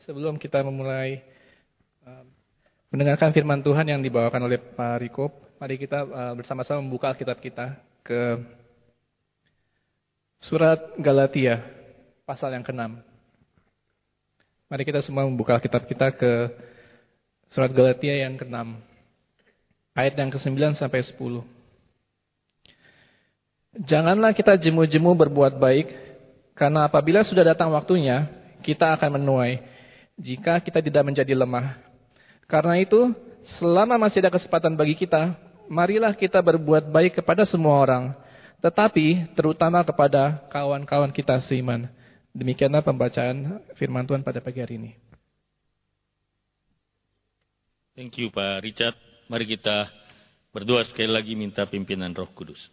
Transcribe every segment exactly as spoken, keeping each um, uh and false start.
Sebelum kita memulai uh, mendengarkan firman Tuhan yang dibawakan oleh Pak Riko, mari kita uh, bersama-sama membuka Alkitab kita ke surat Galatia, pasal yang keenam. Mari kita semua membuka Alkitab kita ke surat Galatia yang keenam, ayat yang kesembilan sampai sepuluh. Janganlah kita jemu-jemu berbuat baik, karena apabila sudah datang waktunya, kita akan menuai jika kita tidak menjadi lemah. Karena itu, selama masih ada kesempatan bagi kita, marilah kita berbuat baik kepada semua orang, tetapi terutama kepada kawan-kawan kita seiman. Demikianlah pembacaan firman Tuhan pada pagi hari ini. Thank you Pak Richard. Mari kita berdoa sekali lagi minta pimpinan Roh Kudus.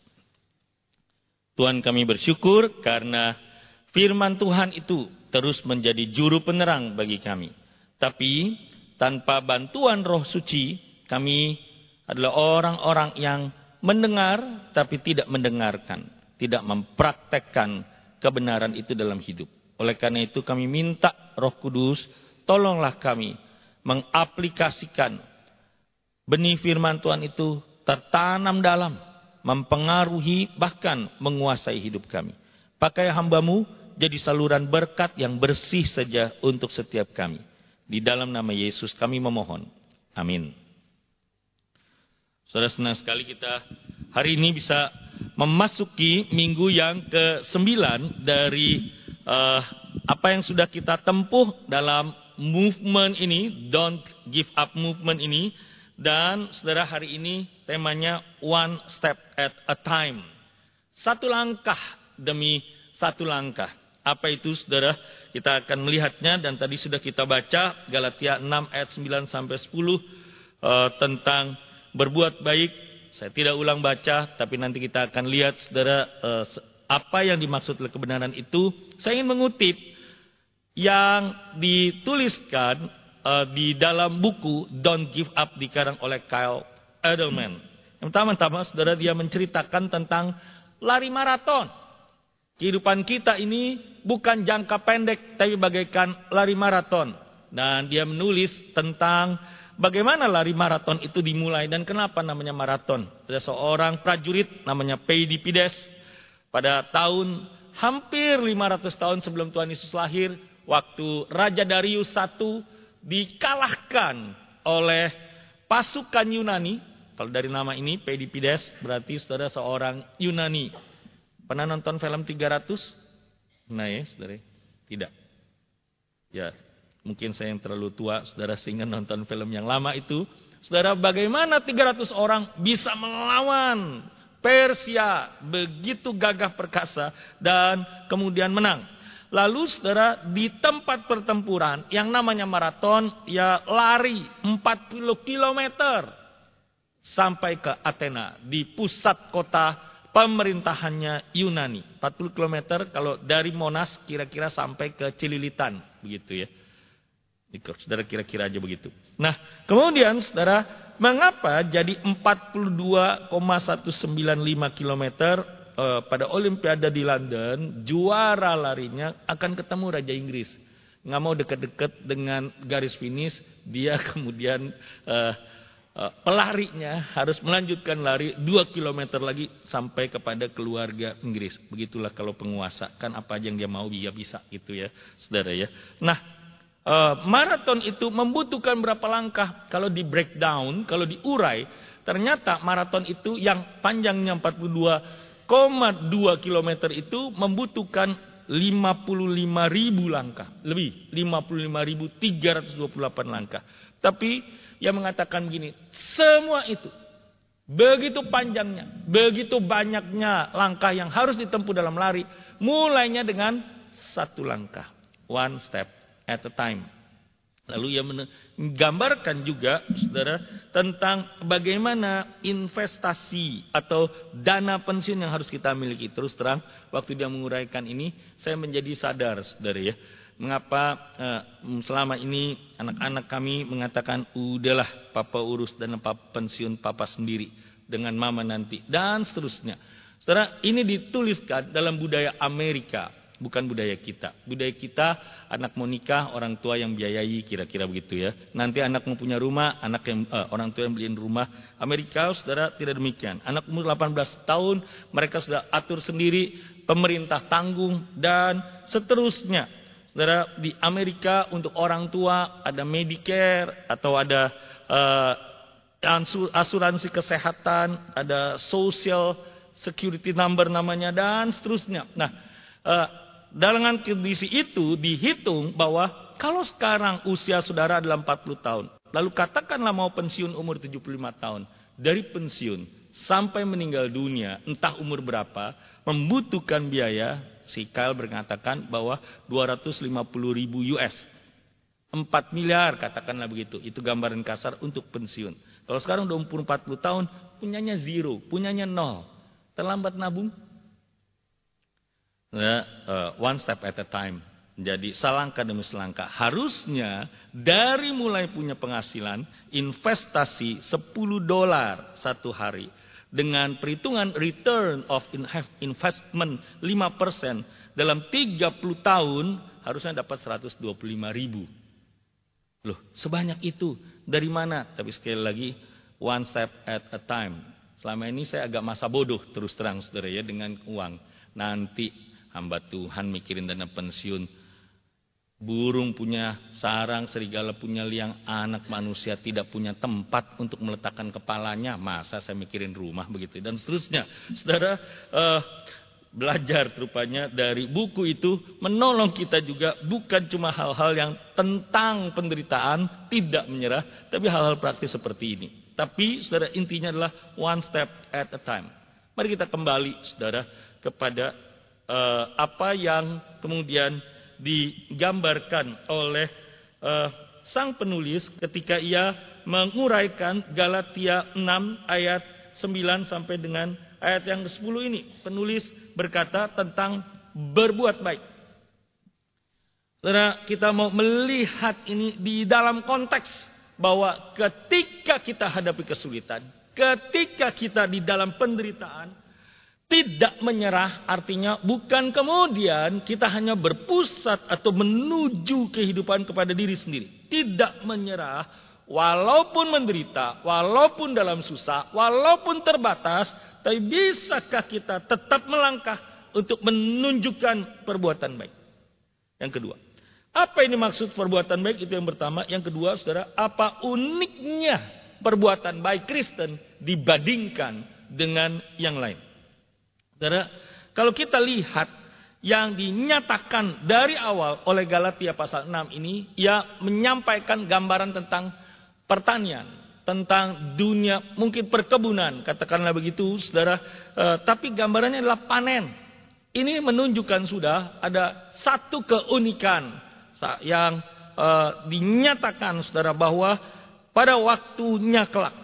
Tuhan, kami bersyukur karena firman Tuhan itu terus menjadi juru penerang bagi kami. Tapi tanpa bantuan Roh Suci, kami adalah orang-orang yang mendengar tapi tidak mendengarkan, tidak mempraktekkan kebenaran itu dalam hidup. Oleh karena itu kami minta Roh Kudus, tolonglah kami mengaplikasikan benih firman Tuhan itu tertanam dalam, mempengaruhi bahkan menguasai hidup kami. Pakai hamba-Mu jadi saluran berkat yang bersih saja untuk setiap kami. Di dalam nama Yesus kami memohon. Amin. Saudara, senang sekali kita hari ini bisa memasuki minggu yang kesembilan dari uh, apa yang sudah kita tempuh dalam movement ini, Don't Give Up movement ini. Dan saudara, hari ini temanya One Step at a Time. Satu langkah demi satu langkah. Apa itu saudara? Kita akan melihatnya dan tadi sudah kita baca Galatia enam ayat sembilan sampai sepuluh uh, tentang berbuat baik. Saya tidak ulang baca, tapi nanti kita akan lihat saudara uh, apa yang dimaksud oleh kebenaran itu. Saya ingin mengutip yang dituliskan uh, di dalam buku Don't Give Up dikarang oleh Kyle Edelman. Yang pertama-tama saudara, dia menceritakan tentang lari maraton. Kehidupan kita ini bukan jangka pendek, tapi bagaikan lari maraton. Dan dia menulis tentang bagaimana lari maraton itu dimulai dan kenapa namanya maraton. Ada seorang prajurit namanya Peidipides. Pada tahun hampir lima ratus tahun sebelum Tuhan Yesus lahir, waktu Raja Darius satu dikalahkan oleh pasukan Yunani. Kalau dari nama ini Peidipides berarti saudara seorang Yunani. Pernah nonton film tiga ratus? Nah ya, saudara. Tidak. Ya, mungkin saya yang terlalu tua, saudara, sehingga nonton film yang lama itu. Saudara, bagaimana tiga ratus orang bisa melawan Persia begitu gagah perkasa dan kemudian menang. Lalu saudara, di tempat pertempuran yang namanya maraton, ya lari empat puluh kilometer sampai ke Athena, di pusat kota pemerintahannya Yunani. empat puluh kilometer kalau dari Monas kira-kira sampai ke Cililitan, begitu ya. Saudara kira-kira aja begitu. Nah, kemudian saudara, mengapa jadi empat puluh dua koma seratus sembilan puluh lima kilometer eh, pada Olimpiade di London, juara larinya akan ketemu Raja Inggris. Nggak mau deket-deket dengan garis finish, dia kemudian eh, Uh, pelarinya harus melanjutkan lari dua kilometer lagi sampai kepada keluarga Inggris. Begitulah kalau penguasa, kan apa aja yang dia mau dia bisa gitu ya, saudara ya. Nah, uh, maraton itu membutuhkan berapa langkah? Kalau di breakdown, kalau diurai, ternyata maraton itu yang panjangnya empat puluh dua koma dua kilometer itu membutuhkan lima puluh lima ribu langkah. Lebih, lima puluh lima ribu tiga ratus dua puluh delapan langkah. Tapi yang mengatakan begini, semua itu begitu panjangnya, begitu banyaknya langkah yang harus ditempuh dalam lari, mulainya dengan satu langkah, one step at a time. Lalu ia menggambarkan juga, saudara, tentang bagaimana investasi atau dana pensiun yang harus kita miliki. Terus terang, waktu dia menguraikan ini, saya menjadi sadar, saudara ya. Mengapa eh, selama ini anak-anak kami mengatakan, udahlah papa urus dana pensiun papa sendiri dengan mama nanti. Dan seterusnya. Saudara, ini dituliskan dalam budaya Amerika. bukan budaya kita. Budaya kita, anak mau nikah, orang tua yang biayai, kira-kira begitu ya. Nanti anak mau punya rumah, anak yang eh, orang tua yang beliin rumah. Amerika, saudara, tidak demikian. Anak umur delapan belas tahun, mereka sudah atur sendiri, pemerintah tanggung, dan seterusnya. Saudara, di Amerika untuk orang tua ada Medicare atau ada eh, asuransi kesehatan, ada social security number namanya, dan seterusnya. Nah, eh, dengan kondisi itu dihitung bahwa kalau sekarang usia saudara adalah empat puluh tahun, lalu katakanlah mau pensiun umur tujuh puluh lima tahun, dari pensiun sampai meninggal dunia, entah umur berapa, membutuhkan biaya, si Kyle berkatakan bahwa dua ratus lima puluh ribu U S. empat miliar katakanlah begitu. Itu gambaran kasar untuk pensiun. Kalau sekarang udah umur empat puluh tahun, punyanya zero, punyanya nol. Terlambat nabung. Nah, uh, one step at a time. Jadi selangkah demi selangkah. Harusnya dari mulai punya penghasilan, investasi sepuluh dolar satu hari. Dengan perhitungan return of investment lima persen dalam tiga puluh tahun, harusnya dapat seratus dua puluh lima ribu. Loh, sebanyak itu dari mana? Tapi sekali lagi, one step at a time. Selama ini saya agak masa bodoh terus terang saudara ya dengan uang. Nanti hamba Tuhan mikirin dana pensiun. Burung punya sarang, serigala punya liang, anak manusia tidak punya tempat untuk meletakkan kepalanya. Masa saya mikirin rumah begitu dan seterusnya. Saudara, uh, belajar rupanya dari buku itu menolong kita juga bukan cuma hal-hal yang tentang penderitaan, tidak menyerah, tapi hal-hal praktis seperti ini. Tapi saudara, intinya adalah one step at a time. Mari kita kembali saudara kepada uh, apa yang kemudian digambarkan oleh uh, sang penulis ketika ia menguraikan Galatia enam ayat sembilan sampai dengan ayat yang kesepuluh ini. Penulis berkata tentang berbuat baik. Saudara, kita mau melihat ini di dalam konteks bahwa ketika kita hadapi kesulitan, ketika kita di dalam penderitaan, tidak menyerah artinya bukan kemudian kita hanya berpusat atau menuju kehidupan kepada diri sendiri. Tidak menyerah walaupun menderita, walaupun dalam susah, walaupun terbatas, tapi bisakah kita tetap melangkah untuk menunjukkan perbuatan baik? Yang kedua, apa ini maksud perbuatan baik? Itu yang pertama. Yang kedua, saudara, apa uniknya perbuatan baik Kristen dibandingkan dengan yang lain? Saudara, kalau kita lihat yang dinyatakan dari awal oleh Galatia pasal enam ini, ia menyampaikan gambaran tentang pertanian, tentang dunia, mungkin perkebunan, katakanlah begitu, saudara. E, tapi gambarannya adalah panen. Ini menunjukkan sudah ada satu keunikan yang e, dinyatakan, saudara, bahwa pada waktunya kelak,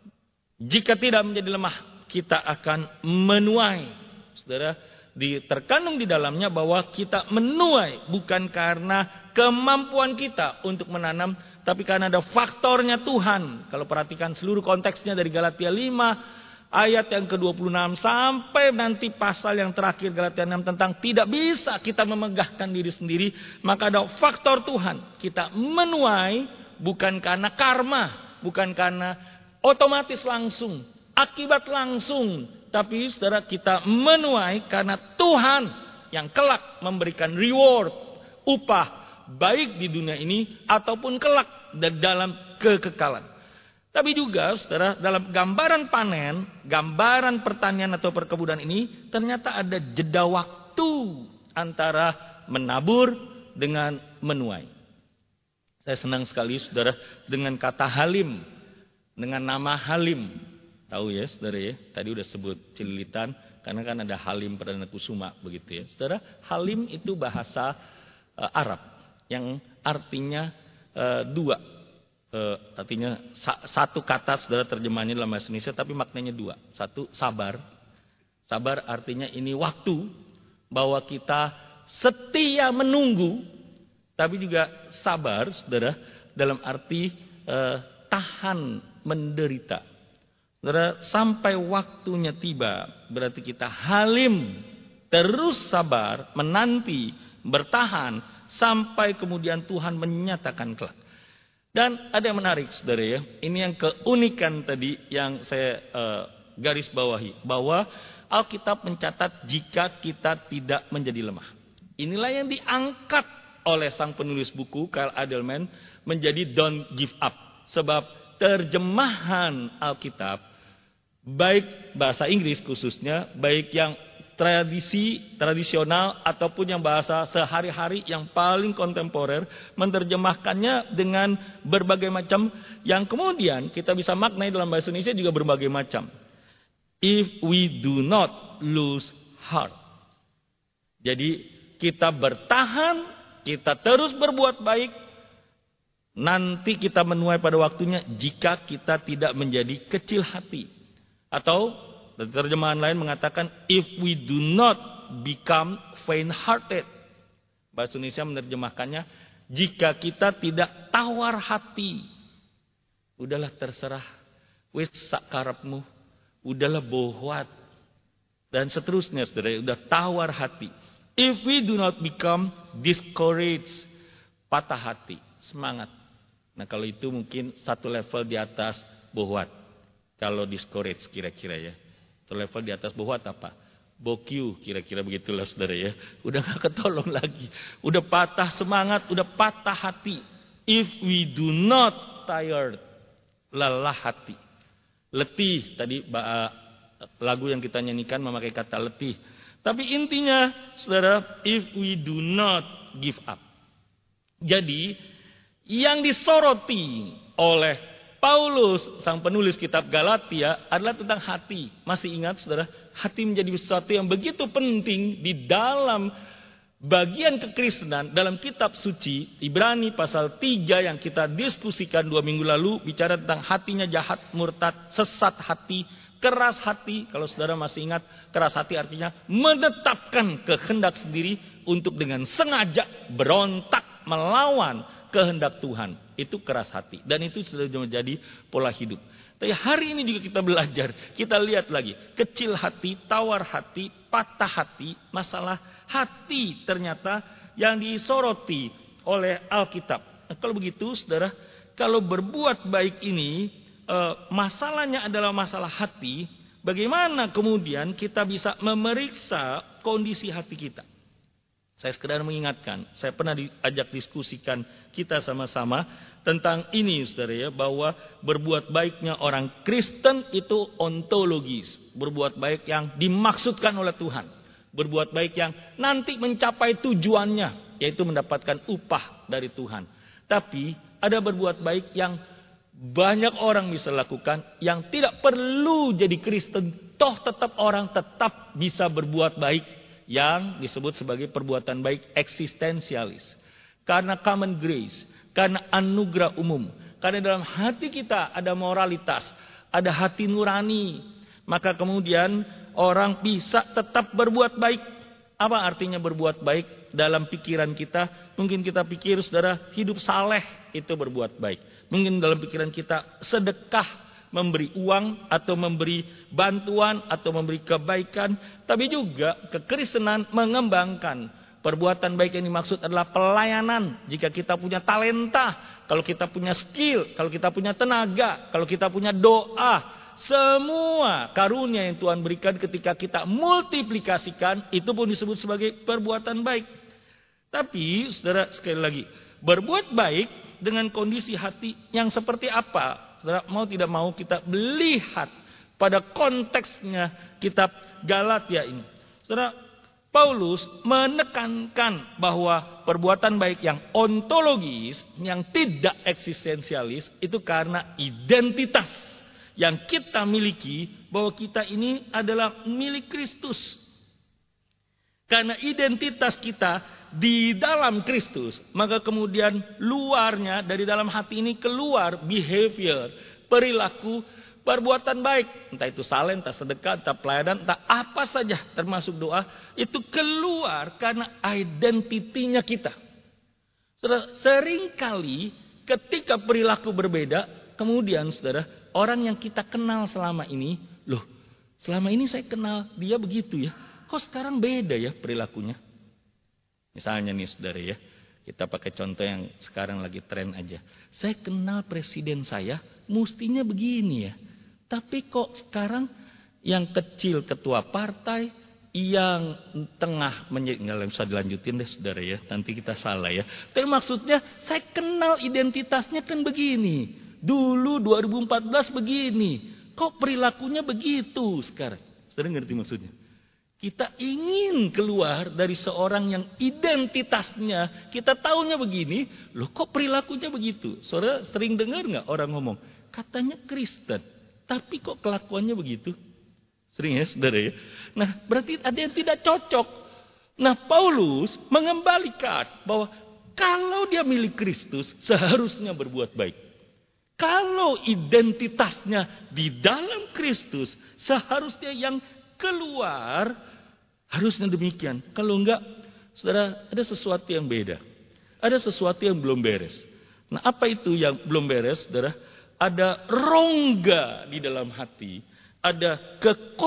jika tidak menjadi lemah, kita akan menuai. Saudara, di, terkandung di dalamnya bahwa kita menuai bukan karena kemampuan kita untuk menanam, tapi karena ada faktornya Tuhan. Kalau perhatikan seluruh konteksnya dari Galatia lima ayat yang ke dua puluh enam sampai nanti pasal yang terakhir Galatia enam tentang tidak bisa kita memegahkan diri sendiri, maka ada faktor Tuhan. Kita menuai bukan karena karma, bukan karena otomatis langsung, akibat langsung, tapi saudara, kita menuai karena Tuhan yang kelak memberikan reward, upah, baik di dunia ini ataupun kelak dan dalam kekekalan. Tapi juga saudara, dalam gambaran panen, gambaran pertanian atau perkebunan ini, ternyata ada jeda waktu antara menabur dengan menuai. Saya senang sekali saudara dengan kata Halim, dengan nama Halim. Tahu ya saudara ya, tadi udah sebut Cililitan, karena kan ada Halim Perdana Kusuma begitu ya. Saudara, Halim itu bahasa uh, Arab yang artinya uh, dua. Uh, artinya sa satu kata saudara terjemahannya dalam bahasa Indonesia, tapi maknanya dua. Satu, sabar. Sabar artinya ini waktu, bahwa kita setia menunggu, tapi juga sabar saudara dalam arti uh, tahan menderita. Saudara, sampai waktunya tiba, berarti kita halim terus sabar, menanti, bertahan, sampai kemudian Tuhan menyatakan kelak. Dan ada yang menarik, saudara ya. Ini yang keunikan tadi yang saya uh, garis bawahi. Bahwa Alkitab mencatat jika kita tidak menjadi lemah. Inilah yang diangkat oleh sang penulis buku, Kyle Idleman, menjadi don't give up. Sebab terjemahan Alkitab, baik bahasa Inggris khususnya, baik yang tradisi, tradisional, ataupun yang bahasa sehari-hari yang paling kontemporer, menerjemahkannya dengan berbagai macam, yang kemudian kita bisa maknai dalam bahasa Indonesia juga berbagai macam. If we do not lose heart. Jadi kita bertahan, kita terus berbuat baik, nanti kita menuai pada waktunya jika kita tidak menjadi kecil hati. Atau terjemahan lain mengatakan if we do not become faint-hearted. Bahasa Indonesia menerjemahkannya jika kita tidak tawar hati. Udahlah terserah, wis sakarepmu, udahlah bohwat, dan seterusnya, saudara, udah tawar hati. If we do not become discouraged, patah hati, semangat. Nah kalau itu mungkin satu level di atas bohwat. Kalau discourage kira-kira ya. Level di atas bawah apa? Bokyu, kira-kira begitulah saudara ya. Udah gak ketolong lagi. Udah patah semangat, udah patah hati. If we do not tired, lelah hati. Letih, tadi lagu yang kita nyanyikan memakai kata letih. Tapi intinya, saudara, if we do not give up. Jadi, yang disoroti oleh Paulus, sang penulis kitab Galatia, adalah tentang hati. Masih ingat, saudara? Hati menjadi sesuatu yang begitu penting di dalam bagian kekristenan, dalam kitab suci. Ibrani pasal tiga yang kita diskusikan dua minggu lalu, bicara tentang hatinya jahat, murtad, sesat hati, keras hati. Kalau saudara masih ingat, keras hati artinya menetapkan kehendak sendiri untuk dengan sengaja berontak melawan kehendak Tuhan. Itu keras hati. Dan itu sudah menjadi pola hidup. Tapi hari ini juga kita belajar. Kita lihat lagi. Kecil hati, tawar hati, patah hati. Masalah hati ternyata yang disoroti oleh Alkitab. Nah, kalau begitu saudara, kalau berbuat baik ini, eh, masalahnya adalah masalah hati. Bagaimana kemudian kita bisa memeriksa kondisi hati kita? Saya sekedar mengingatkan, saya pernah diajak diskusikan kita sama-sama tentang ini, saudara ya, bahwa berbuat baiknya orang Kristen itu ontologis, berbuat baik yang dimaksudkan oleh Tuhan, berbuat baik yang nanti mencapai tujuannya, yaitu mendapatkan upah dari Tuhan. Tapi ada berbuat baik yang banyak orang bisa lakukan, yang tidak perlu jadi Kristen, toh tetap orang tetap bisa berbuat baik, yang disebut sebagai perbuatan baik eksistensialis. Karena common grace, karena anugerah umum, karena dalam hati kita ada moralitas, ada hati nurani, maka kemudian orang bisa tetap berbuat baik. Apa artinya berbuat baik? Dalam pikiran kita, mungkin kita pikir, saudara, hidup saleh itu berbuat baik. Mungkin dalam pikiran kita sedekah, memberi uang atau memberi bantuan atau memberi kebaikan. Tapi juga kekristenan mengembangkan perbuatan baik yang dimaksud adalah pelayanan. Jika kita punya talenta, kalau kita punya skill, kalau kita punya tenaga, kalau kita punya doa, semua karunia yang Tuhan berikan ketika kita multiplikasikan, itu pun disebut sebagai perbuatan baik. Tapi saudara, sekali lagi, berbuat baik dengan kondisi hati yang seperti apa? Saudara, mau tidak mau kita melihat pada konteksnya kitab Galatia ini. Saudara, Paulus menekankan bahwa perbuatan baik yang ontologis, yang tidak eksistensialis, itu karena identitas yang kita miliki, bahwa kita ini adalah milik Kristus. Karena identitas kita di dalam Kristus, maka kemudian luarnya dari dalam hati ini keluar behavior, perilaku, perbuatan baik. Entah itu saleh, entah sedekah, entah pelayanan, entah apa saja termasuk doa. Itu keluar karena identitinya kita. Saudara, seringkali ketika perilaku berbeda, kemudian saudara, orang yang kita kenal selama ini, loh selama ini saya kenal dia begitu ya. kok sekarang beda ya perilakunya? Misalnya nih saudara ya, kita pakai contoh yang sekarang lagi tren aja. Saya kenal presiden saya, mestinya begini ya. Tapi kok sekarang yang kecil ketua partai, yang tengah menjadi, nggak bisa dilanjutin deh saudara ya, nanti kita salah ya. Tapi maksudnya saya kenal identitasnya kan begini. Dulu dua ribu empat belas begini. Kok perilakunya begitu sekarang? Saudara ngerti maksudnya? Kita ingin keluar dari seorang yang identitasnya kita tahunya begini, loh kok perilakunya begitu? Saudara sering dengar nggak orang ngomong, katanya Kristen, tapi kok kelakuannya begitu? Sering ya saudara ya? Nah berarti ada yang tidak cocok. Nah Paulus mengembalikan bahwa kalau dia milik Kristus seharusnya berbuat baik. Kalau identitasnya di dalam Kristus seharusnya yang keluar harusnya demikian. Kalau enggak, saudara, ada sesuatu yang beda. Ada sesuatu yang belum beres. Nah apa itu yang belum beres saudara? Ada rongga di dalam hati. Ada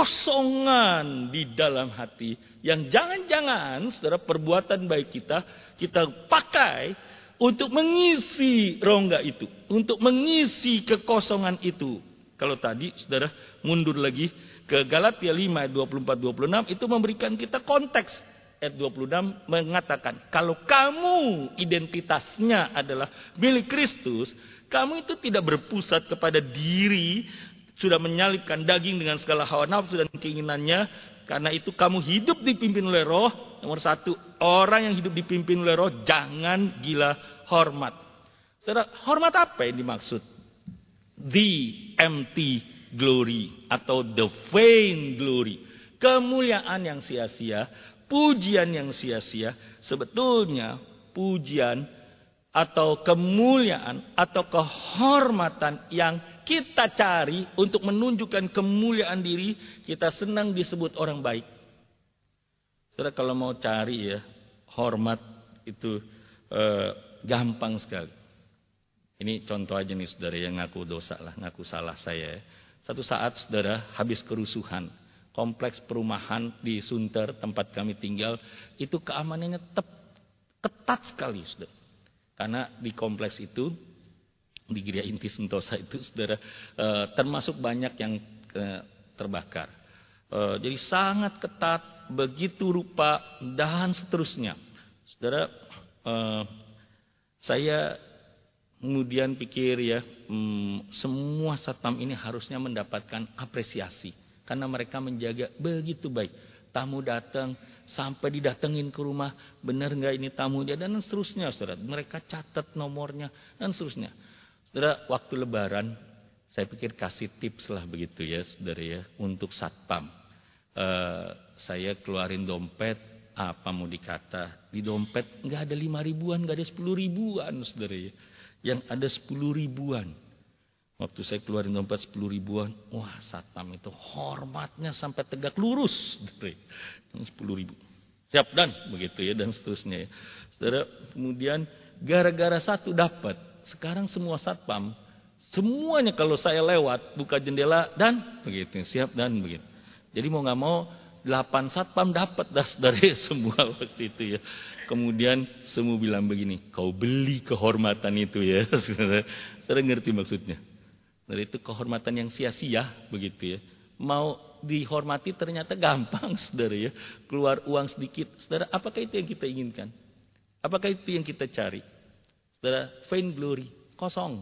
kekosongan di dalam hati. Yang jangan-jangan saudara perbuatan baik kita, kita pakai untuk mengisi rongga itu. Untuk mengisi kekosongan itu. Kalau tadi saudara mundur lagi ke Galatia lima ayat dua puluh empat dua puluh enam. Itu memberikan kita konteks. Ayat dua puluh enam mengatakan. Kalau kamu identitasnya adalah milik Kristus. Kamu itu tidak berpusat kepada diri. Sudah menyalipkan daging dengan segala hawa nafsu dan keinginannya. Karena itu kamu hidup dipimpin oleh roh. Nomor satu, orang yang hidup dipimpin oleh roh jangan gila hormat. Saudara, hormat apa yang dimaksud? The empty glory atau the vain glory. Kemuliaan yang sia-sia, pujian yang sia-sia. Sebetulnya pujian atau kemuliaan atau kehormatan yang kita cari untuk menunjukkan kemuliaan diri, kita senang disebut orang baik. Saudara kalau mau cari ya, hormat itu eh, gampang sekali. Ini contoh aja nih saudara yang ngaku dosa lah, ngaku salah saya. Satu saat saudara habis kerusuhan, kompleks perumahan di Sunter tempat kami tinggal, itu keamanannya tep, ketat sekali saudara. Karena di kompleks itu, di Gereja Inti Sentosa itu saudara, eh, termasuk banyak yang eh, terbakar. Eh, jadi sangat ketat, begitu rupa dan seterusnya. Saudara, eh, saya kemudian pikir ya, hmm, semua satpam ini harusnya mendapatkan apresiasi. Karena mereka menjaga begitu baik. Tamu datang, sampai didatengin ke rumah, benar nggak ini tamu dia, dan seterusnya saudara. Mereka catat nomornya, dan seterusnya. Saudara, waktu lebaran, saya pikir kasih tips lah begitu ya saudara ya, untuk satpam. Uh, saya keluarin dompet, apa mau dikata, di dompet nggak ada lima ribuan, nggak ada sepuluh ribuan saudara ya. Yang ada sepuluh ribuan. Waktu saya keluarin dompet sepuluh ribuan, wah satpam itu hormatnya sampai tegak lurus. sepuluh ribu. Siap dan begitu ya, dan seterusnya ya. Saudara, kemudian gara-gara satu dapat, sekarang semua satpam, semuanya kalau saya lewat, buka jendela dan begitu, siap dan begitu. Jadi mau gak mau, delapan satpam dapat dah dari semua waktu itu ya. Kemudian semua bilang begini, kau beli kehormatan itu ya. Saudara, saudara ngerti maksudnya? Dari itu kehormatan yang sia-sia begitu ya. Mau dihormati ternyata gampang saudara ya. Keluar uang sedikit. Saudara, apakah itu yang kita inginkan? Apakah itu yang kita cari? Saudara, vain glory, kosong.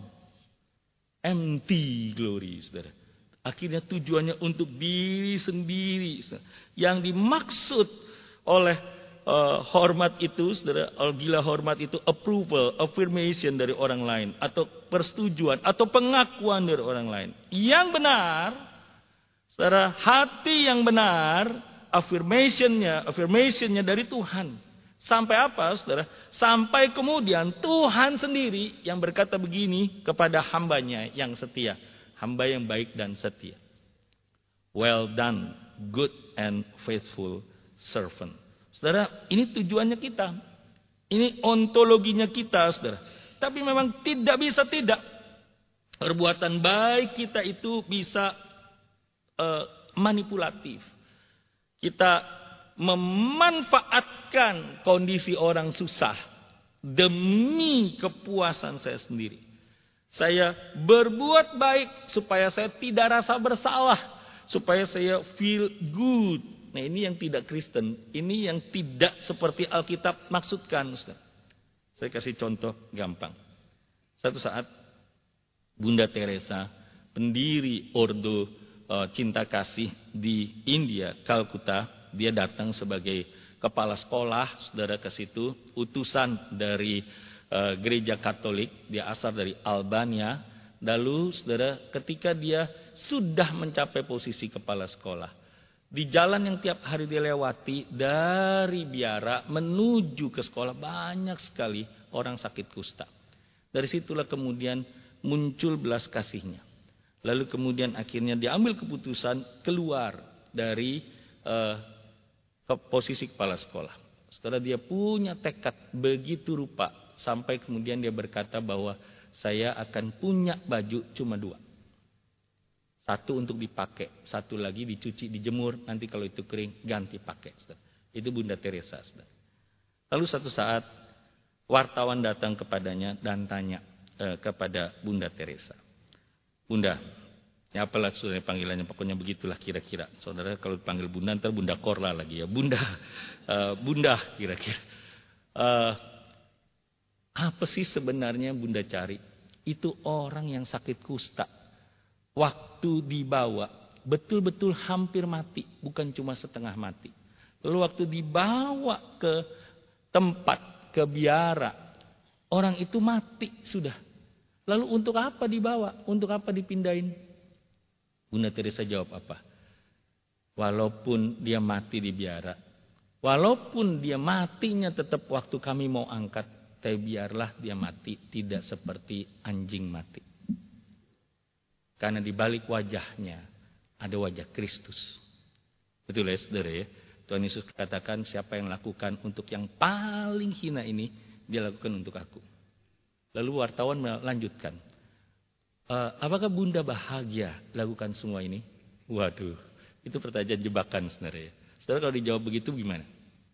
Empty glory saudara. Akhirnya tujuannya untuk diri sendiri. Yang dimaksud oleh uh, hormat itu, saudara, gila hormat itu approval, affirmation dari orang lain. Atau persetujuan, atau pengakuan dari orang lain. Yang benar, saudara, hati yang benar, affirmationnya, affirmationnya dari Tuhan. Sampai apa, saudara? Sampai kemudian Tuhan sendiri yang berkata begini kepada hambanya yang setia. Hamba yang baik dan setia. Well done, good and faithful servant. Saudara, ini tujuannya kita. Ini ontologinya kita, saudara. Tapi memang tidak bisa tidak. Perbuatan baik kita itu bisa uh, manipulatif. Kita memanfaatkan kondisi orang susah demi kepuasan saya sendiri. Saya berbuat baik supaya saya tidak rasa bersalah, supaya saya feel good. Nah, ini yang tidak Kristen, ini yang tidak seperti Alkitab maksudkan, Ustaz. Saya kasih contoh gampang. Satu saat Bunda Teresa, pendiri Ordo uh, Cinta Kasih di India, Kalkuta, dia datang sebagai kepala sekolah, saudara, ke situ, utusan dari uh, gereja Katolik, dia asal dari Albania. Lalu, saudara, ketika dia sudah mencapai posisi kepala sekolah, di jalan yang tiap hari dia lewati dari biara menuju ke sekolah, banyak sekali orang sakit kusta. Dari situlah kemudian muncul belas kasihnya. Lalu kemudian akhirnya diambil keputusan keluar dari uh, ke posisi kepala sekolah. Setelah dia punya tekad begitu rupa, sampai kemudian dia berkata bahwa saya akan punya baju cuma dua. Satu untuk dipakai, satu lagi dicuci, dijemur, nanti kalau itu kering ganti pakai. Itu Bunda Teresa. Lalu satu saat wartawan datang kepadanya dan tanya eh, kepada Bunda Teresa, Bunda, ya apalah saudara panggilannya, pokoknya begitulah kira-kira. Saudara kalau dipanggil Bunda, ntar Bunda Korla lagi ya. Bunda, uh, Bunda kira-kira. Uh, apa sih sebenarnya Bunda cari? Itu orang yang sakit kusta. Waktu dibawa, betul-betul hampir mati. Bukan cuma setengah mati. Lalu waktu dibawa ke tempat, ke biara, orang itu mati sudah. Lalu untuk apa dibawa? Untuk apa dipindahin? Bunda Teresa jawab apa? Walaupun dia mati di biara, walaupun dia matinya tetap waktu kami mau angkat, tapi biarlah dia mati tidak seperti anjing mati. Karena di balik wajahnya ada wajah Kristus. Betul ya saudara ya? Tuhan Yesus katakan siapa yang lakukan untuk yang paling hina ini, dia lakukan untuk aku. Lalu wartawan melanjutkan. Uh, apakah Bunda bahagia lakukan semua ini? Waduh, itu pertanyaan jebakan sebenarnya. Saudara kalau dijawab begitu gimana?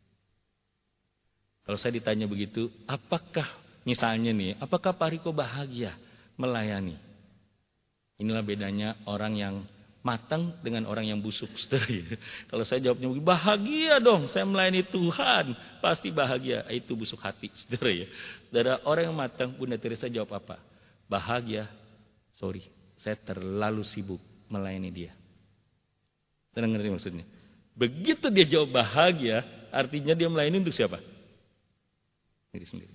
Kalau saya ditanya begitu, apakah misalnya nih, apakah Pak Riko bahagia melayani? Inilah bedanya orang yang matang dengan orang yang busuk. Saudara. Kalau saya jawabnya bahagia dong, saya melayani Tuhan, pasti bahagia. Itu busuk hati, saudara ya. Saudara, orang yang matang, Bunda Teresa jawab apa? Bahagia. Sorry, saya terlalu sibuk melayani dia. Saudara ngerti maksudnya? Begitu dia jawab bahagia, artinya dia melayani untuk siapa? Diri sendiri.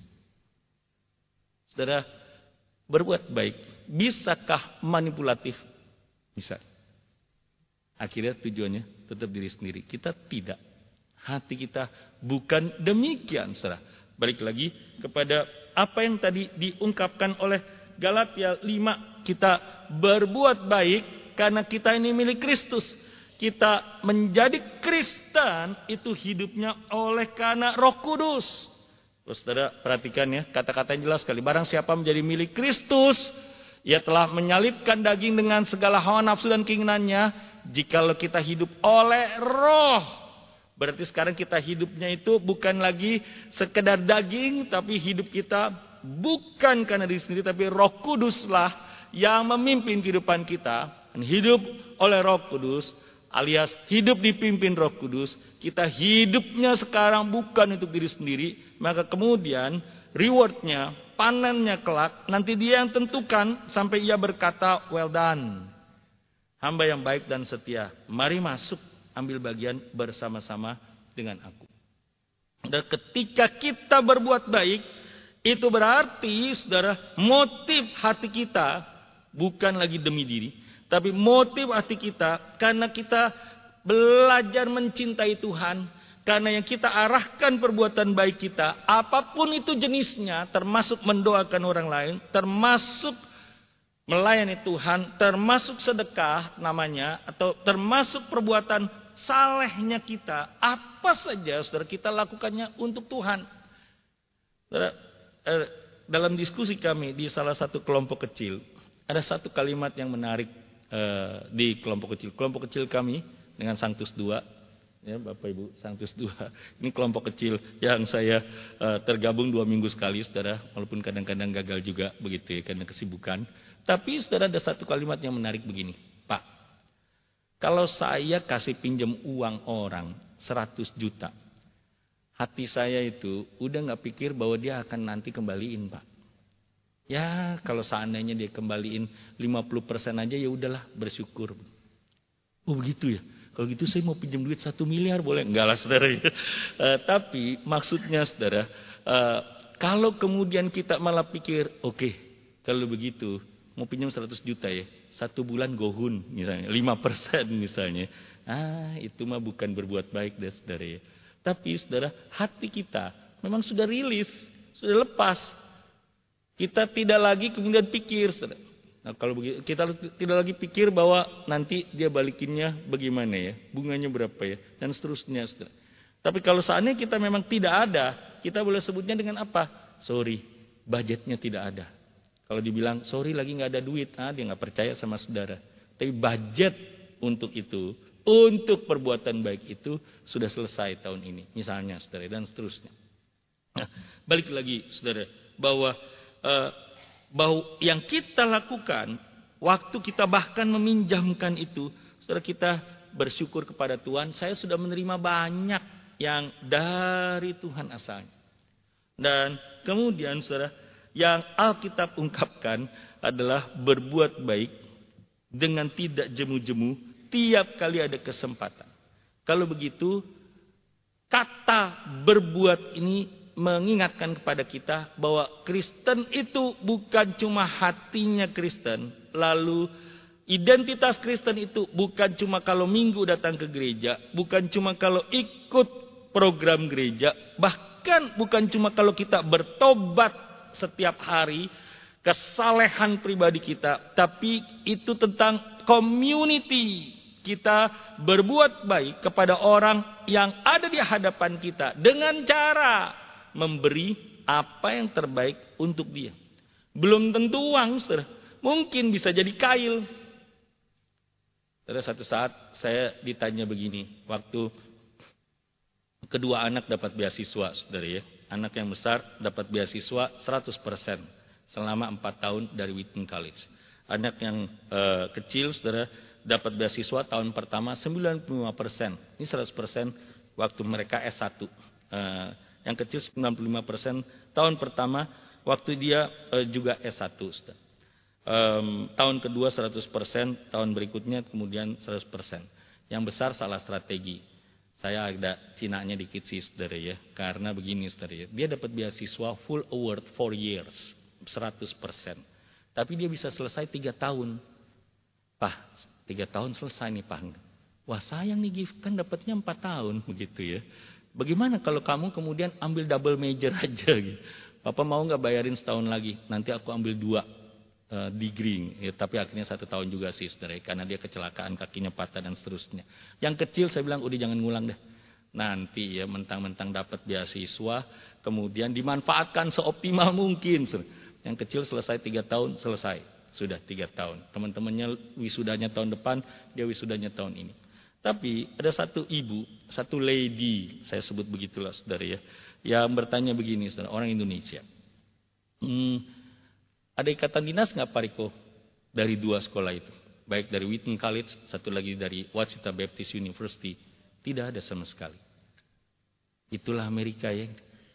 Saudara, berbuat baik, bisakah manipulatif? Bisa. Akhirnya tujuannya tetap diri sendiri. Kita tidak. Hati kita bukan demikian, saudara. Balik lagi kepada apa yang tadi diungkapkan oleh Galatia lima. Kita berbuat baik karena kita ini milik Kristus. Kita menjadi Kristen itu hidupnya oleh karena Roh Kudus. Terus saudara perhatikan ya, kata-kata yang jelas sekali. Barang siapa menjadi milik Kristus, ia telah menyalibkan daging dengan segala hawa nafsu dan keinginannya. Jikalau kita hidup oleh Roh, berarti sekarang kita hidupnya itu bukan lagi sekedar daging, tapi hidup kita bukan karena diri sendiri, tapi Roh Kuduslah yang memimpin kehidupan kita. Dan hidup oleh Roh Kudus, alias hidup dipimpin Roh Kudus, kita hidupnya sekarang bukan untuk diri sendiri, maka kemudian rewardnya, panennya kelak, nanti dia yang tentukan sampai ia berkata, well done, hamba yang baik dan setia, mari masuk, ambil bagian bersama-sama dengan aku. Dan ketika kita berbuat baik, itu berarti saudara, motif hati kita bukan lagi demi diri, tapi motif hati kita karena kita belajar mencintai Tuhan, karena yang kita arahkan perbuatan baik kita, apapun itu jenisnya, termasuk mendoakan orang lain, termasuk melayani Tuhan, termasuk sedekah namanya, atau termasuk perbuatan salehnya kita, apa saja saudara kita lakukannya untuk Tuhan. Saudara, eh, dalam diskusi kami di salah satu kelompok kecil, ada satu kalimat yang menarik eh, di kelompok kecil. Kelompok kecil kami dengan Sanctus dua, ya Bapak Ibu Sanctus dua. Ini kelompok kecil yang saya uh, tergabung dua minggu sekali, saudara. Walaupun kadang-kadang gagal juga begitu ya, karena kesibukan. Tapi saudara ada satu kalimat yang menarik begini. Pak, kalau saya kasih pinjam uang orang seratus juta, hati saya itu udah gak pikir bahwa dia akan nanti kembaliin, Pak. Ya kalau seandainya dia kembaliin lima puluh persen aja ya udahlah, bersyukur. Oh begitu ya. Kalau gitu saya mau pinjam duit satu miliar boleh? Enggak lah saudara. Ya. Uh, tapi maksudnya saudara, uh, kalau kemudian kita malah pikir, oke okay, kalau begitu mau pinjam seratus juta ya, satu bulan gohun misalnya, lima persen misalnya. Ah itu mah bukan berbuat baik deh saudara ya. Tapi saudara, hati kita memang sudah rilis, sudah lepas. Kita tidak lagi kemudian pikir, saudara. Nah, kalau begitu, kita tidak lagi pikir bahwa nanti dia balikinnya bagaimana ya, bunganya berapa ya, dan seterusnya, saudara. Tapi kalau seandainya kita memang tidak ada, kita boleh sebutnya dengan apa? Sorry, budgetnya tidak ada. Kalau dibilang sorry lagi nggak ada duit, ah dia nggak percaya sama saudara. Tapi budget untuk itu, untuk perbuatan baik itu sudah selesai tahun ini, misalnya, saudara, dan seterusnya. Nah, balik lagi, saudara, bahwa Uh, bahwa yang kita lakukan waktu kita bahkan meminjamkan itu, saudara, kita bersyukur kepada Tuhan, saya sudah menerima banyak yang dari Tuhan asalnya. Dan kemudian saudara, yang Alkitab ungkapkan adalah berbuat baik dengan tidak jemu-jemu tiap kali ada kesempatan. Kalau begitu, kata berbuat ini mengingatkan kepada kita bahwa Kristen itu bukan cuma hatinya Kristen, lalu identitas Kristen itu bukan cuma kalau minggu datang ke gereja, bukan cuma kalau ikut program gereja, bahkan bukan cuma kalau kita bertobat setiap hari, kesalehan pribadi kita, tapi itu tentang community. Kita berbuat baik kepada orang yang ada di hadapan kita dengan cara memberi apa yang terbaik untuk dia. Belum tentu uang, saudara. Mungkin bisa jadi kail. Pada satu saat saya ditanya begini, waktu kedua anak dapat beasiswa, saudara ya. Anak yang besar dapat beasiswa seratus persen selama empat tahun dari Wheaton College. Anak yang uh, kecil, saudara, dapat beasiswa tahun pertama sembilan puluh lima persen. Ini seratus persen waktu mereka S satu. Uh, Yang kecil sembilan puluh lima persen tahun pertama waktu dia e, juga S satu. Um, tahun kedua seratus persen, tahun berikutnya kemudian seratus persen. Yang besar salah strategi. Saya ada cinanya dikit sih saudara ya. Karena begini saudara ya. Dia dapat beasiswa full award four years. seratus persen. Tapi dia bisa selesai tiga tahun. Pak, tiga tahun selesai nih Pak. Wah sayang nih kan dapatnya empat tahun begitu ya. Bagaimana kalau kamu kemudian ambil double major aja gitu. Papa mau gak bayarin setahun lagi. Nanti aku ambil dua uh, degree. Ya, tapi akhirnya satu tahun juga sih saudara. Karena dia kecelakaan, kakinya patah dan seterusnya. Yang kecil saya bilang udah jangan ngulang deh. Nanti ya mentang-mentang dapat beasiswa. Kemudian dimanfaatkan seoptimal mungkin. Yang kecil selesai tiga tahun selesai. Sudah tiga tahun. Teman-temannya wisudanya tahun depan. Dia wisudanya tahun ini. Tapi ada satu ibu, satu lady, saya sebut begitulah saudara ya, yang bertanya begini saudara, orang Indonesia. Hmm, ada ikatan dinas nggak Pak Riko dari dua sekolah itu? Baik dari Wheaton College, satu lagi dari Wachita Baptist University. Tidak ada sama sekali. Itulah Amerika ya.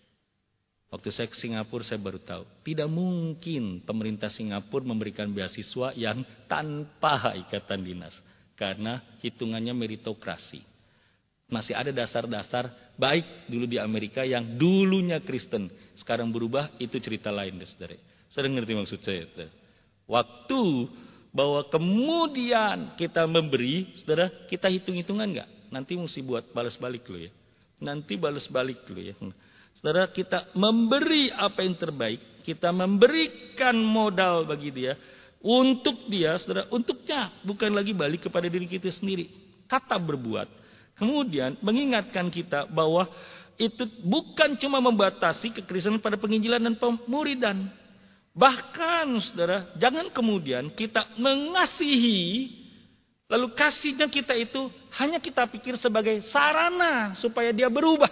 Waktu saya ke Singapura saya baru tahu. Tidak mungkin pemerintah Singapura memberikan beasiswa yang tanpa ikatan dinas. Karena hitungannya meritokrasi. Masih ada dasar-dasar baik dulu di Amerika yang dulunya Kristen. Sekarang berubah, itu cerita lain. Saudara. Saudara ngerti maksud saya? Saudara? Waktu bahwa kemudian kita memberi, saudara, kita hitung-hitungan nggak? Nanti mesti buat balas balik dulu ya. Nanti balas balik dulu ya. Saudara, kita memberi apa yang terbaik. Kita memberikan modal bagi dia. Untuk dia, saudara, untuknya bukan lagi balik kepada diri kita sendiri. Kata berbuat. Kemudian mengingatkan kita bahwa itu bukan cuma membatasi kekristenan pada penginjilan dan pemuridan. Bahkan, saudara, jangan kemudian kita mengasihi Lalu kasihnya kita itu hanya kita pikir sebagai sarana supaya dia berubah.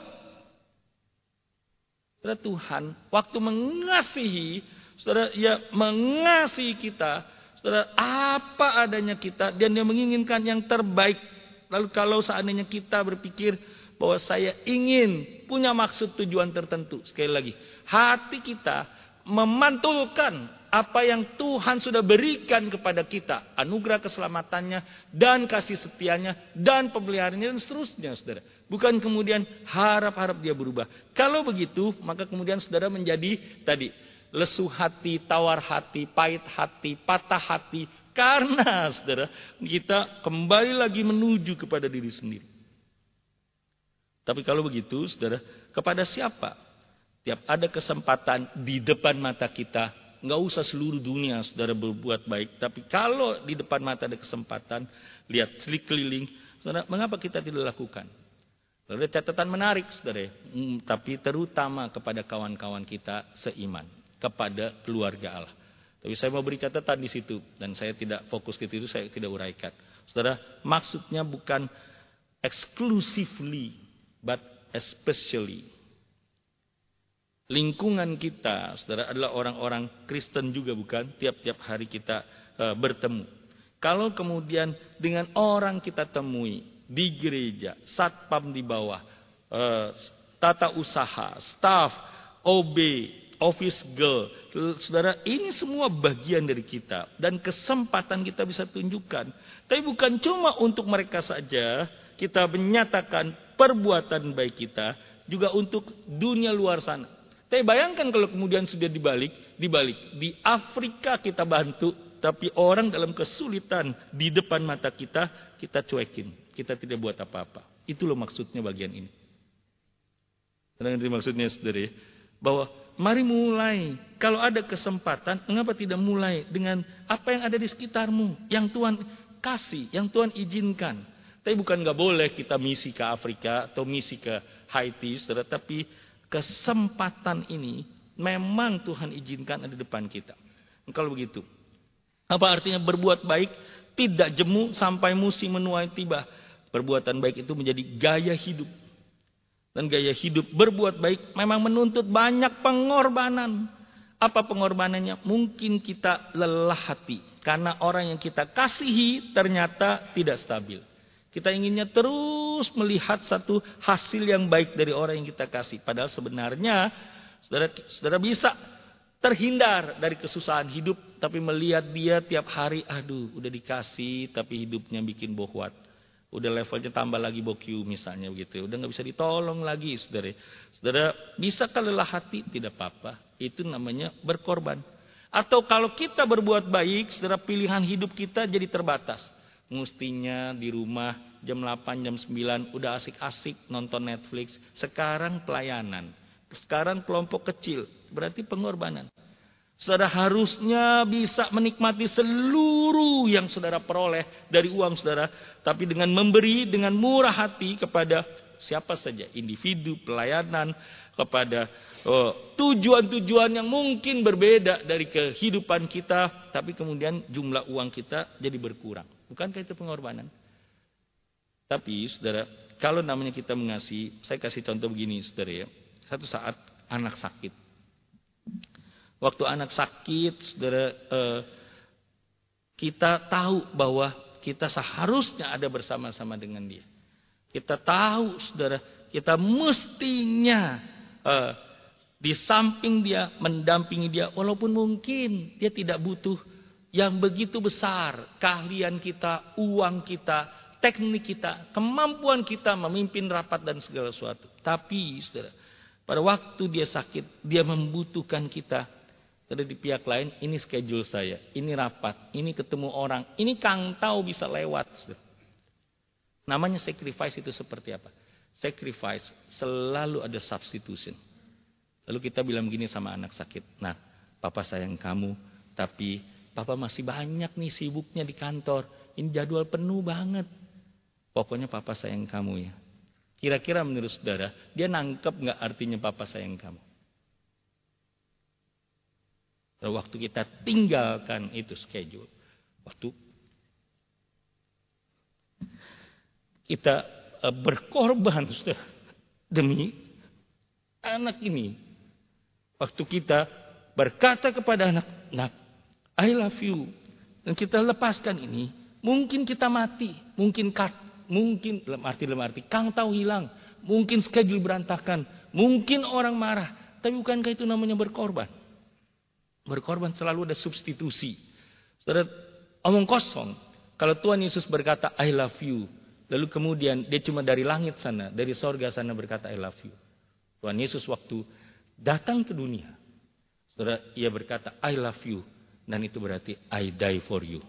Saudara, Tuhan waktu mengasihi, saudara, ya mengasihi kita, saudara, apa adanya kita, dan dia menginginkan yang terbaik. Lalu kalau seandainya kita berpikir bahwa saya ingin punya maksud tujuan tertentu, sekali lagi, hati kita memantulkan apa yang Tuhan sudah berikan kepada kita, anugerah keselamatannya dan kasih setianya dan pemeliharaannya dan seterusnya, saudara. Bukan kemudian harap-harap dia berubah. Kalau begitu, maka kemudian saudara menjadi tadi lesu hati, tawar hati, pahit hati, patah hati, karena saudara kita kembali lagi menuju kepada diri sendiri. Tapi kalau begitu, saudara, kepada siapa? Tiap ada kesempatan di depan mata kita, nggak usah seluruh dunia saudara berbuat baik. Tapi kalau di depan mata ada kesempatan, lihat sekeliling, saudara, mengapa kita tidak lakukan? Ada catatan menarik, saudara, hmm, tapi terutama kepada kawan-kawan kita seiman, kepada keluarga Allah. Tapi saya mau beri catatan di situ, dan saya tidak fokus ke itu, saya tidak uraikan. Saudara, maksudnya bukan exclusively, but especially. Lingkungan kita, saudara, adalah orang-orang Kristen juga, bukan? Tiap-tiap hari kita uh, bertemu. Kalau kemudian dengan orang kita temui di gereja, satpam di bawah, uh, tata usaha, staff, O B, office girl, saudara, ini semua bagian dari kita dan kesempatan kita bisa tunjukkan. Tapi bukan cuma untuk mereka saja kita menyatakan perbuatan baik kita, juga untuk dunia luar sana. Tapi bayangkan kalau kemudian sudah dibalik, dibalik di Afrika kita bantu, tapi orang dalam kesulitan di depan mata kita, kita cuekin, kita tidak buat apa-apa. Itu loh maksudnya bagian ini. Karena maksudnya, saudara, bahwa mari mulai. Kalau ada kesempatan, mengapa tidak mulai dengan apa yang ada di sekitarmu, yang Tuhan kasih, yang Tuhan izinkan. Tapi bukan nggak boleh kita misi ke Afrika atau misi ke Haiti, saudara. Tapi kesempatan ini memang Tuhan izinkan ada di depan kita. Kalau begitu, apa artinya berbuat baik tidak jemu sampai musim menuai tiba? Perbuatan baik itu menjadi gaya hidup. Dan gaya hidup berbuat baik memang menuntut banyak pengorbanan. Apa pengorbanannya? Mungkin kita lelah hati karena orang yang kita kasihi ternyata tidak stabil. Kita inginnya terus melihat satu hasil yang baik dari orang yang kita kasih. Padahal sebenarnya saudara, saudara bisa terhindar dari kesusahan hidup, tapi melihat dia tiap hari, aduh udah dikasih tapi hidupnya bikin bohwat. Udah levelnya tambah lagi bokyu misalnya begitu. Udah nggak bisa ditolong lagi, saudara. Saudara, bisa kalau lelah hati? Tidak apa-apa. Itu namanya berkorban. Atau kalau kita berbuat baik, saudara, pilihan hidup kita jadi terbatas. Mestinya di rumah jam delapan, jam sembilan udah asik-asik nonton Netflix. Sekarang pelayanan. Sekarang kelompok kecil. Berarti pengorbanan. Saudara harusnya bisa menikmati seluruh yang saudara peroleh dari uang saudara. Tapi dengan memberi dengan murah hati kepada siapa saja. Individu, pelayanan, kepada oh, tujuan-tujuan yang mungkin berbeda dari kehidupan kita. Tapi kemudian jumlah uang kita jadi berkurang. Bukankah itu pengorbanan? Tapi saudara, kalau namanya kita mengasihi, saya kasih contoh begini saudara ya. Satu saat anak sakit. Waktu anak sakit, saudara, eh, kita tahu bahwa kita seharusnya ada bersama-sama dengan dia. Kita tahu, saudara, kita mestinya eh, di samping dia, mendampingi dia, walaupun mungkin dia tidak butuh yang begitu besar, keahlian kita, uang kita, teknik kita, kemampuan kita memimpin rapat dan segala sesuatu. Tapi, saudara, pada waktu dia sakit, dia membutuhkan kita. Ada di pihak lain, ini schedule saya, ini rapat, ini ketemu orang, ini Kang tahu bisa lewat. Namanya sacrifice itu seperti apa? Sacrifice selalu ada substitution. Lalu kita bilang begini sama anak sakit, nah papa sayang kamu, tapi papa masih banyak nih sibuknya di kantor, ini jadwal penuh banget. Pokoknya papa sayang kamu ya. Kira-kira menurut saudara, dia nangkep gak artinya papa sayang kamu? Waktu kita tinggalkan itu schedule, waktu kita uh, berkorban saudara, demi anak ini. Waktu kita berkata kepada anak, nak, I love you. Dan kita lepaskan ini, mungkin kita mati, mungkin cut, mungkin dalam arti dalam arti kang tahu hilang, mungkin schedule berantakan, mungkin orang marah. Tapi bukankah itu namanya berkorban? Berkorban selalu ada substitusi. Saudara, omong kosong. Kalau Tuhan Yesus berkata I love you, lalu kemudian dia cuma dari langit sana, dari sorga sana berkata I love you. Tuhan Yesus waktu datang ke dunia, saudara, ia berkata I love you, dan itu berarti I die for you.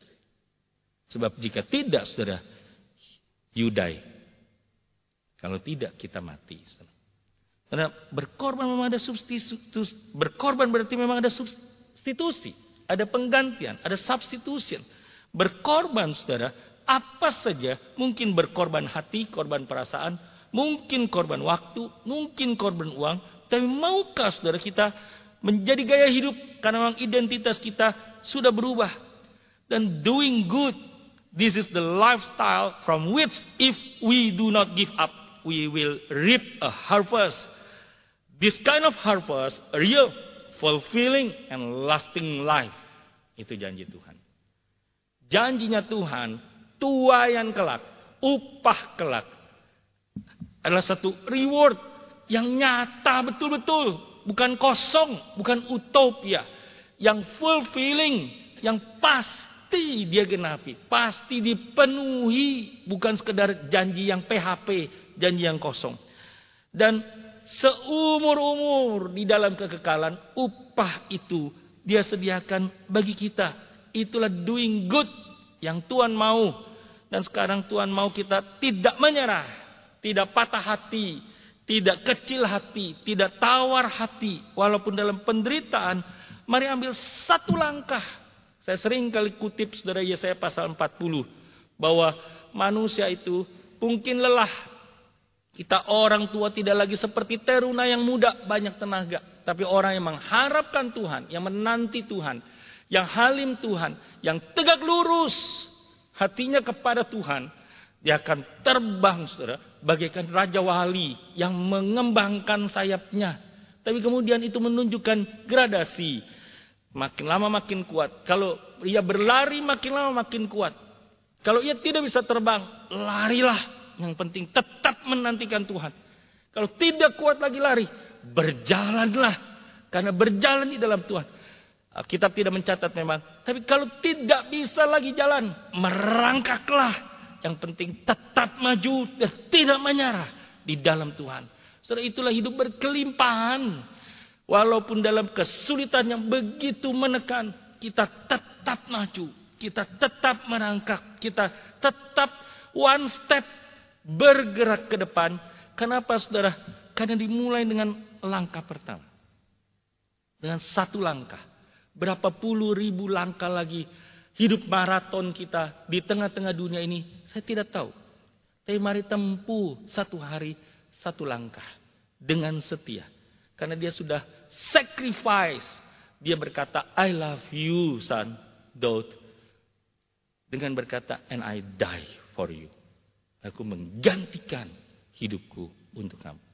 Sebab jika tidak, saudara, you die. Kalau tidak, kita mati. Karena berkorban memang ada substitusi. Berkorban berarti memang ada substitusi, ada penggantian, ada substitution. Berkorban, saudara, apa saja, mungkin berkorban hati, korban perasaan, mungkin korban waktu, mungkin korban uang. Tapi maukah saudara kita menjadi gaya hidup karena memang identitas kita sudah berubah. Dan doing good, this is the lifestyle from which if we do not give up, we will reap a harvest. This kind of harvest, real, fulfilling, and lasting life. Itu janji Tuhan. Janjinya Tuhan, tuaian kelak, upah kelak, adalah satu reward yang nyata betul-betul. Bukan kosong, bukan utopia. Yang fulfilling, yang pasti dia genapi. Pasti dipenuhi. Bukan sekedar janji yang P H P, janji yang kosong. Dan seumur-umur di dalam kekekalan, upah itu dia sediakan bagi kita. Itulah doing good yang Tuhan mau. Dan sekarang Tuhan mau kita tidak menyerah, tidak patah hati, tidak kecil hati, tidak tawar hati. Walaupun dalam penderitaan, mari ambil satu langkah. Saya sering kali kutip saudara Yesaya pasal empat puluh. Bahwa manusia itu mungkin lelah. Kita orang tua tidak lagi seperti teruna yang muda, banyak tenaga. Tapi orang yang mengharapkan Tuhan, yang menanti Tuhan, yang halim Tuhan, yang tegak lurus hatinya kepada Tuhan, dia akan terbang, saudara, bagaikan Raja Wali yang mengembangkan sayapnya. Tapi kemudian itu menunjukkan gradasi. Makin lama makin kuat. Kalau ia berlari makin lama makin kuat. Kalau ia tidak bisa terbang, larilah. Yang penting tetap menantikan Tuhan. Kalau tidak kuat lagi lari, berjalanlah. Karena berjalan di dalam Tuhan. Alkitab tidak mencatat memang. Tapi kalau tidak bisa lagi jalan, merangkaklah. Yang penting tetap maju dan tidak menyerah di dalam Tuhan. Saudara, itulah hidup berkelimpahan. Walaupun dalam kesulitan yang begitu menekan, kita tetap maju. Kita tetap merangkak. Kita tetap one step bergerak ke depan. Kenapa saudara? Karena dimulai dengan langkah pertama. Dengan satu langkah. Berapa puluh ribu langkah lagi hidup maraton kita di tengah-tengah dunia ini, saya tidak tahu. Tapi mari tempuh satu hari, satu langkah. Dengan setia. Karena dia sudah sacrifice. Dia berkata, I love you son, daughter. Dengan berkata, and I die for you. Aku menggantikan hidupku untuk kamu.